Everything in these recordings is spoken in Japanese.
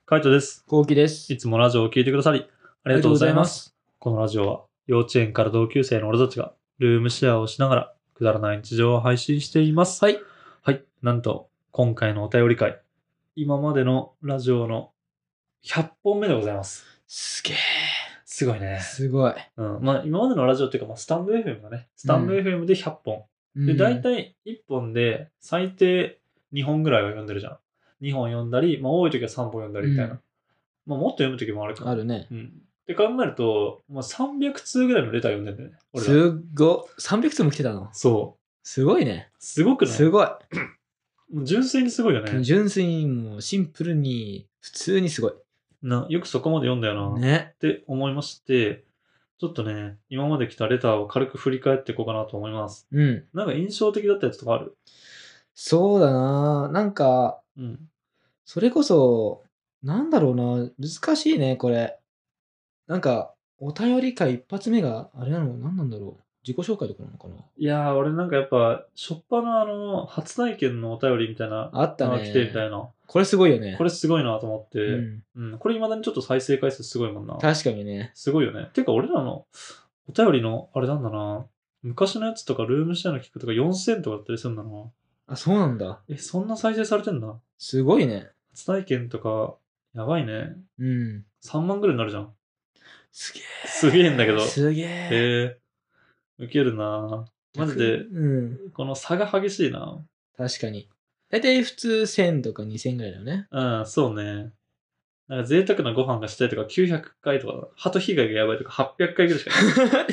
カイトです。 こうきです。 いつもラジオを聞いてくださり、ありがとうございます。このラジオは、幼稚園から同級生の俺たちが、ルームシェアをしながら、くだらない日常を配信しています。 はい。 はい。なんと、今回のお便り会、今までのラジオの100本目でございます。 すげえ。 すごいね。 すごい。 まあ、今までのラジオっていうか、スタンド FM がね、スタンド FM で100本。で、大体1本で最低2本ぐらいは読んでるじゃん。2本読んだり、多い時は3本読んだりみたいな。もっと読む時もあるから。 あるね。 って考えると、300通ぐらいのレター読んでんだよね。俺ら。 すごい。300通も来てたの。 そう。 すごいね。 すごくない？ すごい。 もう純粋にすごいよね。 純粋にもうシンプルに普通にすごい。 よくそこまで読んだよな。 ね。 って思いまして、ちょっとね、今まで来たレターを軽く振り返っていこうかなと思います。なんか印象的だったやつとかある？ そうだな。なんか、それこそ、なんだろうな。難しいね、これ。なんか、お便り会一発目があれなの？何なんだろう。自己紹介とかなのかな。 いやー、俺なんかやっぱ、初っ端の初体験のお便りみたいな、 あったね。 来てみたいな。 これすごいよね。 これすごいなと思って、これ未だにちょっと再生回数すごいもんな。 確かにね。 すごいよね。てか俺らのお便りの、あれなんだな。昔のやつとかルームシェアの聞くとか4000とかだったりするんだな。 あ、そうなんだ。 そんな再生されてんだ。 すごいね。 初体験とか、やばいね。 3 万ぐらいになるじゃん。 すげえ。 すげえんだけど。 すげえ。 ウケるな。マジで、この差が激しいな。 確かに。だいたい普通1000とか2000ぐらいだよね。 そうね。なんか贅沢なご飯がしたいとか900回とか、鳩被害がやばいとか800回ぐらいしかない。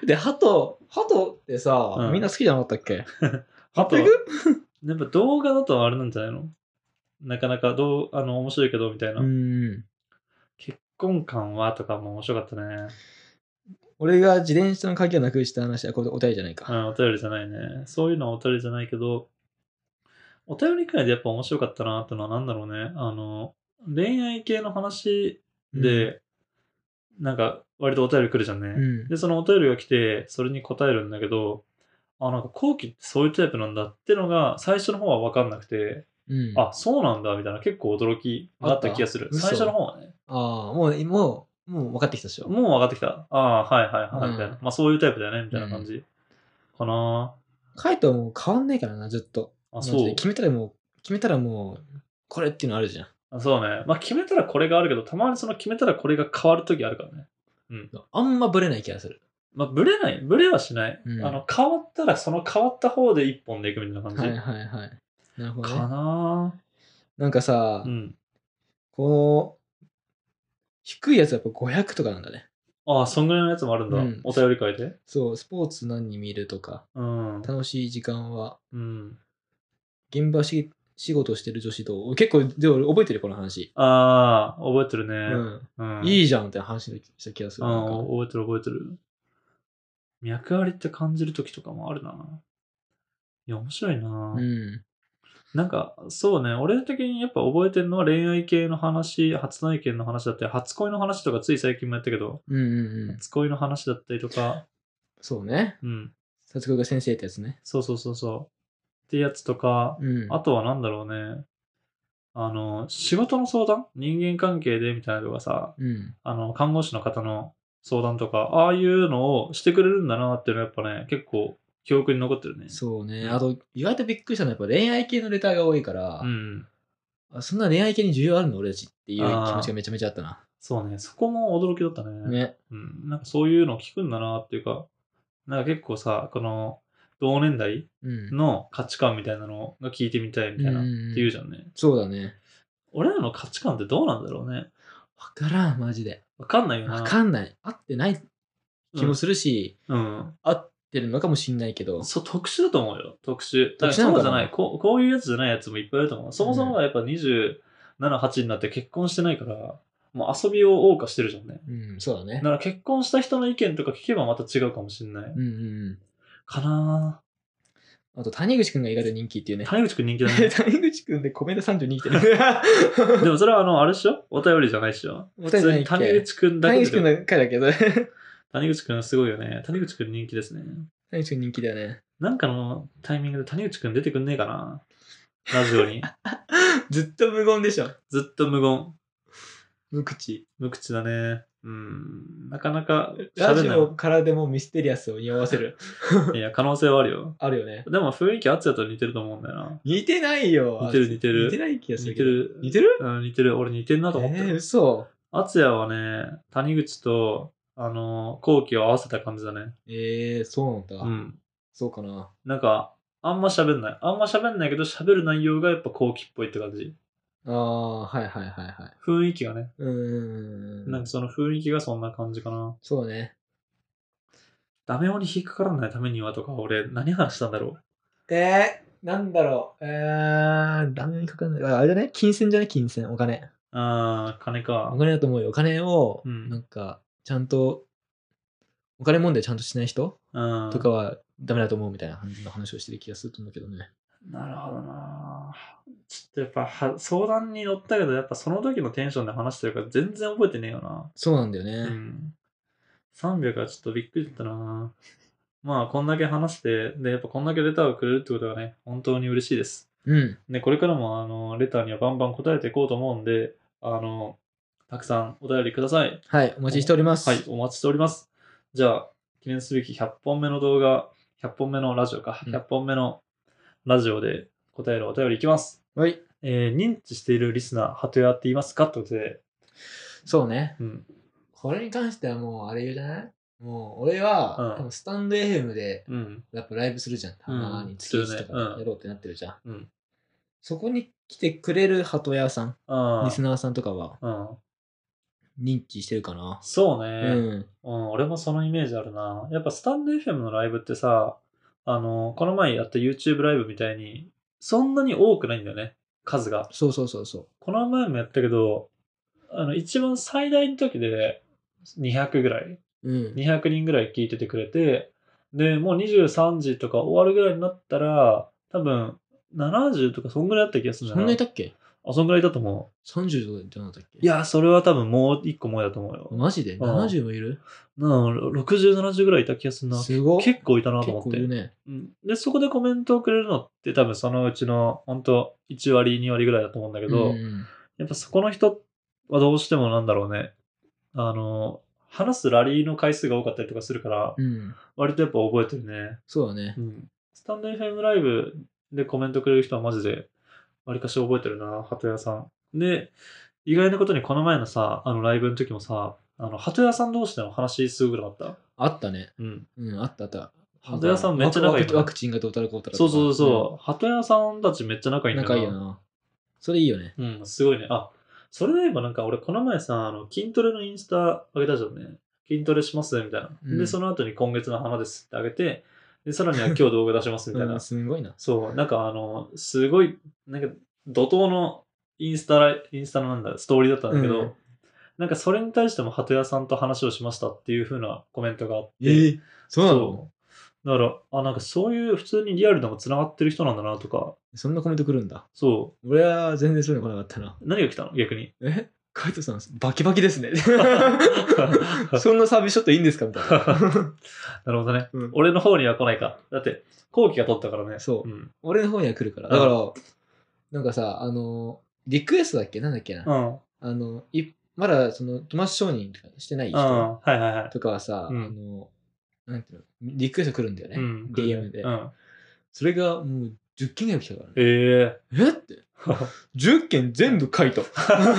で、鳩ってさ、みんな好きじゃなかったっけ？ 800？ やっぱ動画だとあれなんじゃないの？なかなか面白いけどみたいな。結婚観はとかも面白かったね。 俺が自転車の鍵をなくした話はこれお便りじゃないか。 お便りじゃないね。そういうのはお便りじゃないけど、お便りくらいでやっぱ面白かったなってのはなんだろうね。恋愛系の話で、なんか割とお便り来るじゃんね。で、そのお便りが来て、それに答えるんだけど、なんか後期ってそういうタイプなんだってのが最初の方は分かんなくて、そうなんだみたいな結構驚きがあった気がする。最初の方はね。 もう分かってきたでしょ。 もう分かってきた。はいはいはい、みたいな。そういうタイプだよね、みたいな感じ。かなカイトはもう変わんないからな、ずっと。 そう。 決めたらもう、これっていうのあるじゃん。 そうね。決めたらこれがあるけど、たまにその決めたらこれが変わるときあるからね。 あんまブレない気がする。 ブレはしない。変わったらその変わった方で一本でいくみたいな感じ。 はいはいはい。なるほどね。 かななんかさ、この、低いやつはやっぱ500とかなんだね。 そんぐらいのやつもあるんだ。お便り会で。 そう、スポーツ何に見るとか、楽しい時間は、現場仕事してる女子と、結構、でも覚えてるこの話。 覚えてるね。 いいじゃんって話した気がする。 覚えてる。脈ありって感じるときとかもあるな。いや、面白いな。なんか、そうね、俺的にやっぱ覚えてるのは恋愛系の話、初体験の話だったり、初恋の話とかつい最近もやったけど、初恋の話だったりとか、 そうね。卒業が先生ってやつね。 そう。ってやつとか、あとはなんだろうね、仕事の相談人間関係でみたいなのがさ、看護師の方の相談とか、ああいうのをしてくれるんだなっていうのはやっぱね、結構記憶に残ってるね。 そうね。あと、意外とびっくりしたのはやっぱ恋愛系のレターが多いから、そんな恋愛系に需要あるの俺たちっていう気持ちがめちゃめちゃあったな。 そうね、そこも驚きだったね。なんかそういうのを聞くんだなっていうか、なんか結構さ、この同年代の価値観みたいなのが聞いてみたいみたいなって言うじゃんね。 そうだね。 俺らの価値観ってどうなんだろうね。 わからん、マジで。 わかんないよな。 わかんない。合ってない気もするし、合ってるのかもしんないけど。 そう、特殊だと思うよ。特殊。だからそうじゃない。こういうやつじゃないやつもいっぱいいると思う。そもそもがやっぱ27、8になって結婚してないから、もう遊びを謳歌してるじゃんね。 そうだね。 だから結婚した人の意見とか聞けばまた違うかもしんない。かなあと、谷口くんが意外と人気っていうね。 谷口くん人気だね。 谷口くんでコメント32来てる。 でもそれはあれっしょ？お便りじゃないっしょ？ お便りじゃないっけ？ 谷口くんだけ。 谷口くんの回だけど。 谷口くんすごいよね。谷口くん人気ですね。 谷口くん人気だよね。 なんかのタイミングで谷口くん出てくんねえかなラジオに。 ずっと無言でしょ。 ずっと無言。 無口。 無口だね。なかなかラジ喋んない。 オからでもミステリアスを匂わせる。 いや、可能性はあるよ。 あるよね。 でも雰囲気あつやと似てると思うんだよな。 似てないよ。 似てる似てる。 似てない気がする似てけど。 る。 似てる似てる。俺似てるなと思ってる。 嘘。 あつやはね、谷口と、後期を合わせた感じだね。 そうなんだ。 うん。 そうかな。 なんか、あんま喋んない。あんま喋んないけど、喋る内容がやっぱ後期っぽいって感じ。 はいはいはいはい。 雰囲気がね。 なんかその雰囲気がそんな感じかな。 そうね。 ダメ男に引っかからないためにはとか、俺、何話したんだろう。 なんだろう。ダメにかかんない。あれだね。金銭じゃね金銭。お金。 金か。 お金だと思うよ。お金を、 うんなんか、ちゃんと、お金問題ちゃんとしない人とかはダメだと思うみたいな感じの話をしてる気がすると思うけどね。 なるほどな。ちょっとやっぱ相談に乗ったけど、やっぱその時のテンションで話してるから全然覚えてねえよな。 そうなんだようね。 ん。300はちょっとびっくりだったな。まあ、こんだけ話して、で、やっぱこんだけレターをくれるってことがね、本当に嬉しいです。で、これからも、レターにはバンバン答えていこうと思うんで、たくさんお便りください。 はい、お待ちしております。 はい、お待ちしております。じゃあ、記念すべき100本目の動画、100本目のラジオか、100本目のラジオで答えるお便りいきます。 はい。 認知しているリスナー、ハトヤって言いますかってことで。 そうね。 うん。 これに関してはもう、あれ言うじゃないもう、俺は、多分スタンド FM で、やっぱライブするじゃん。たまに月1とかやろうってなってるじゃん。そこに来てくれる鳩屋さん、リスナーさんとかは、認知してるかな。 そうね。俺もそのイメージあるな。やっぱスタンド FM のライブってさ、この前やった YouTube ライブみたいに、そんなに多くないんだよね。数が。 そう。 この前もやったけど、一番最大の時で200ぐらい。200人ぐらい聞いててくれて、で、もう23時とか終わるぐらいになったら、多分70とかそんぐらいだった気がするんだよな。 そんなにいたっけそんぐらいだと思う。 30とかじゃなかったっけいや、それは多分もう一個前だと思うよ。 マジで ?70 もいる 60、70ぐらいいた気がするな。 すごい。 結構いたなと思って。 結構いるね。 で、そこでコメントをくれるのって多分そのうちの、本当1割、2割ぐらいだと思うんだけど、やっぱそこの人はどうしてもなんだろうね。話すラリーの回数が多かったりとかするから、割とやっぱ覚えてるね。 そうだね。 スタンド FM ライブでコメントくれる人はマジで、わりかし覚えてるな、鳩屋さん。で、意外なことにこの前のさ、ライブの時もさ、鳩屋さん同士での話すごくなかった？ あったね。あった。 鳩屋さんめっちゃ仲いい。 ワクチンがどうたらこうたら。 そう。鳩屋さんたちめっちゃ仲いいんだよな。 仲いいよな。それいいよね。 すごいね。それで言えばなんか俺この前さ、筋トレのインスタ上げたじゃんね。筋トレしますみたいな。で、その後に今月の花ですってあげて、で、さらには今日動画出しますみたいな。 すごいな。 そう、なんかすごい、なんか怒涛のインスタのストーリーだったんだけど、なんかそれに対しても鳩屋さんと話をしましたっていう風なコメントがあって。 そうなの？ だから、なんかそういう普通にリアルでも繋がってる人なんだなとか。 そんなコメント来るんだ。 そう。 俺は全然そういうの来なかったな。 何が来たの逆に。 カイトさん、バキバキですね。そんなサービスショットいいんですかみたいな。 なるほどね。俺の方には来ないか。だって、後期が取ったからね。 そう。俺の方には来るから。だから、なんかさ、リクエストだっけなんだっけな。まだ、友達承認とかしてない人とかはさ、なんていうの、リクエスト来るんだよね。DM で。それがもう10件ぐらい来たからね。って。10件全部回答。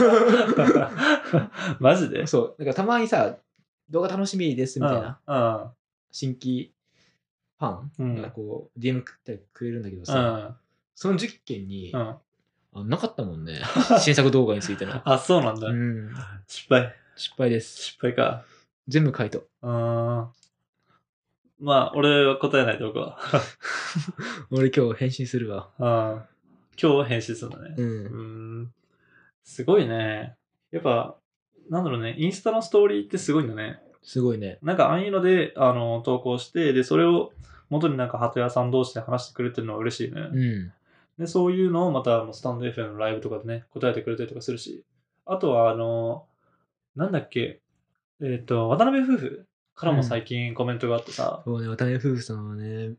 マジで？ そう。だからたまにさ、動画楽しみですみたいな。新規ファンがこう、DM くれるんだけどさ、その10件に、なかったもんね。新作動画についての。 そうなんだ。失敗です。 失敗か。 全部回答。 まあ、俺は答えないと僕は。 俺今日返信するわ。 今日返信するんだね。すごいね。やっぱ、なんだろうね、インスタのストーリーってすごいんだね。 すごいね。 なんかああいうので、投稿して、で、それを元になんか鳩屋さん同士で話してくれてるのは嬉しいね。で、そういうのをまたスタンド FM のライブとかでね、答えてくれたりとかするし。あとは、なんだっけ、渡辺夫婦からも最近コメントがあってさ。 そうね、渡辺夫婦さんはね、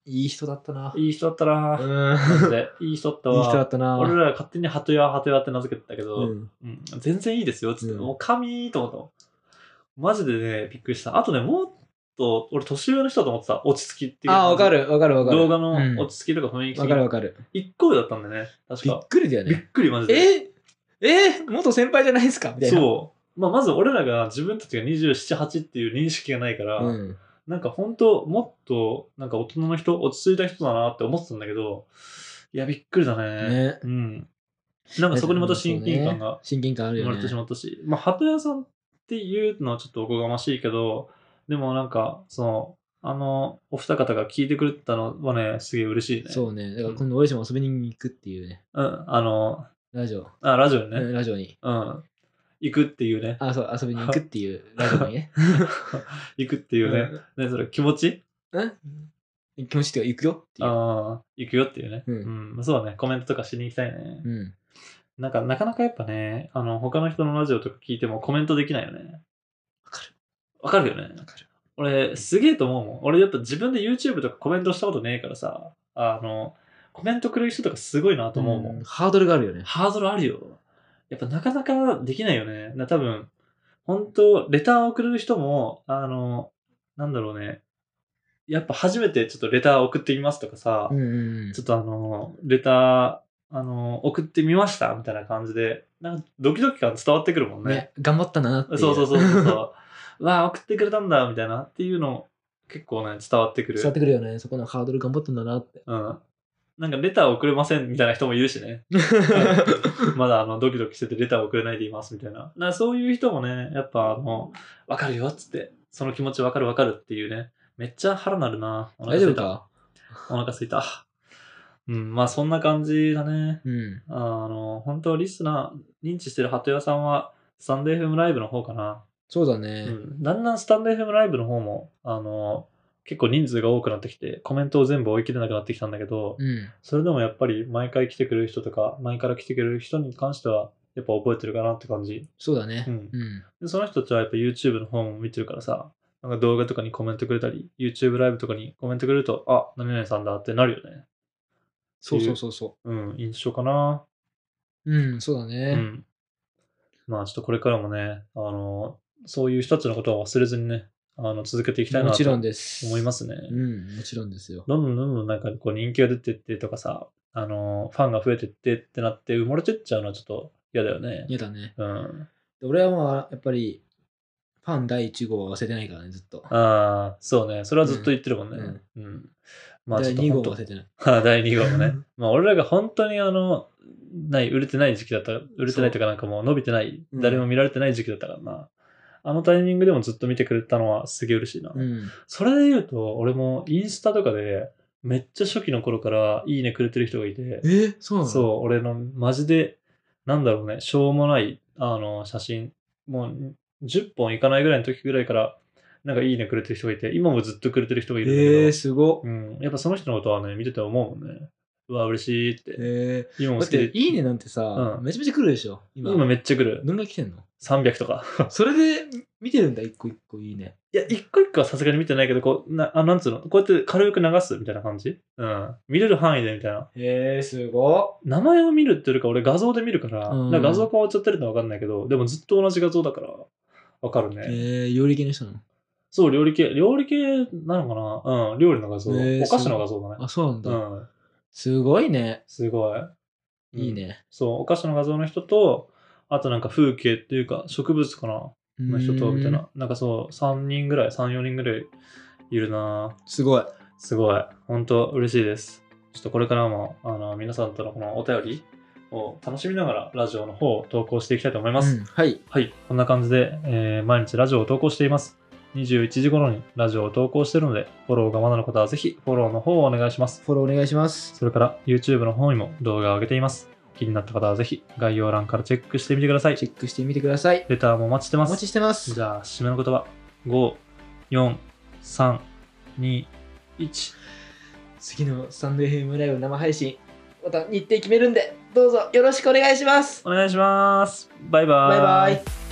いい人だったな。 いい人だったな。マジで。いい人だったわ。 いい人だったな。 俺らが勝手に鳩屋って名付けてたけど、全然いいですよ、つって。もう神と思ったもん。マジでね、びっくりした。あとね、もっと、俺年上の人だと思ってた。落ち着きっていう。 わかる。動画の落ち着きとか雰囲気。 わかる。 1個上だったんだよね。確か。 びっくりだよね。 びっくりマジで。 元先輩じゃないですかみたいな。 そう。まず俺らが自分たちが27、8っていう認識がないから、なんか本当もっと、なんか大人の人、落ち着いた人だなって思ってたんだけど、いや、びっくりだね。なんかそこにまた親近感が生まれてしまったし、鳩屋さんっていうのはちょっとおこがましいけど、でもなんか、お二方が聞いてくれたのはね、すげえ嬉しいね。 そうね。だから今度俺たちも遊びに行くっていうね。ラジオ。 ラジオにね。 ラジオに。 行くっていうね。 そう、遊びに行くっていうラジオにね。 行くっていうね。ね、それ気持ち気持ちっていうか行くよっていう。 行くよっていうね。そうだね。コメントとかしに行きたいね。なんか、なかなかやっぱね、他の人のラジオとか聞いてもコメントできないよね。わかるよね。俺、すげえと思うもん。俺やっぱ自分で YouTube とかコメントしたことねえからさ、コメントくれる人とかすごいなと思うもん。 ハードルがあるよね。 ハードルあるよ。やっぱなかなかできないよね。多分、本当レターを送れる人も、なんだろうね。やっぱ初めてちょっとレター送ってみますとかさ、ちょっとレター、送ってみましたみたいな感じで、なんかドキドキ感伝わってくるもんね。 頑張ったんだなっていう。 そう。わあ、送ってくれたんだみたいなっていうの結構ね、伝わってくる。 伝わってくるよね。そこのハードル頑張ったんだなって。 なんかレター送れませんみたいな人もいるしね。まだドキドキしててレター送れないでいますみたいな。そういう人もね、やっぱわかるよっつって、その気持ちわかるっていうね。めっちゃ腹なるな。 大丈夫か？ お腹すいた。そんな感じだね。本当リスナー、認知してる鳩屋さんは、スタンド FM ライブの方かな。 そうだね。 だんだんスタンド FM ライブの方も、結構人数が多くなってきて、コメントを全部追い切れなくなってきたんだけど、それでもやっぱり毎回来てくれる人とか、前から来てくれる人に関しては、やっぱ覚えてるかなって感じ。 そうだね。 でその人たちはやっぱ YouTube の方も見てるからさ、なんか動画とかにコメントくれたり、YouTube ライブとかにコメントくれると、あ、何々さんだってなるよね。 そう。 印象かな。 そうだね。 ちょっとこれからもね、そういう人たちのことは忘れずにね、続けていきたいなと思いますね。 もちろんですよ。 どんどんなんかこう人気が出てってとかさ、ファンが増えてってってなって埋もれてっちゃうのはちょっと嫌だよね。 嫌だね。俺はやっぱり、ファン第1号は忘れてないからね、ずっと。 そうね。それはずっと言ってるもんね。 第2号は忘れてない。 第2号もね。俺らが本当に売れてない時期だった。売れてないとかなんかもう伸びてない、誰も見られてない時期だったからな。あのタイミングでもずっと見てくれたのはすげえ嬉しいな。それで言うと、俺もインスタとかで、めっちゃ初期の頃からいいねくれてる人がいて。 そうなの？ そう、俺のマジで、なんだろうね、しょうもない、写真、もう10本いかないぐらいの時ぐらいから、なんかいいねくれてる人がいて、今もずっとくれてる人がいるんだけど。 すごっ。やっぱその人のことはね、見てて思うもんね。うわ、嬉しいって。 今も好きで。だって、いいねなんてさ、めちゃめちゃ来るでしょ。 今めっちゃ来る。 どんぐらい来てんの？ 300 とか。 それで見てるんだ、一個一個いいね。 いや、一個一個はさすがに見てないけど、なんつうの、こうやって軽く流すみたいな感じ？見れる範囲でみたいな。 すご名前を見るっていうか、俺画像で見るから、画像変わっちゃってるのはわかんないけど、でもずっと同じ画像だから、わかるね。 料理系の人なの？ そう、料理系なのかな？料理の画像。お菓子の画像だね。 そうなんだ。すごいね。 すごい。 いいね。 そう、お菓子の画像の人と、あとなんか風景っていうか、植物かなの人と、みたいな。なんかそう、3、4人ぐらいいるな。 すごい。 本当嬉しいです。ちょっとこれからも、皆さんとのこのお便りを楽しみながら、ラジオの方を投稿していきたいと思います。 はい。 こんな感じで、毎日ラジオを投稿しています。21時頃にラジオを投稿しているので、フォローがまだの方はぜひフォローの方をお願いします。 フォローお願いします。 それから YouTube の方にも動画を上げています。気になった方はぜひ概要欄からチェックしてみてください。 チェックしてみてください。 レターもお待ちしてます。 お待ちしてます。 じゃあ、締めの言葉。5、4、3、2、1。 次のスタンド FM ライブ生配信、また日程決めるんで、どうぞよろしくお願いします。 お願いします。バイバーイ。 バイバイ。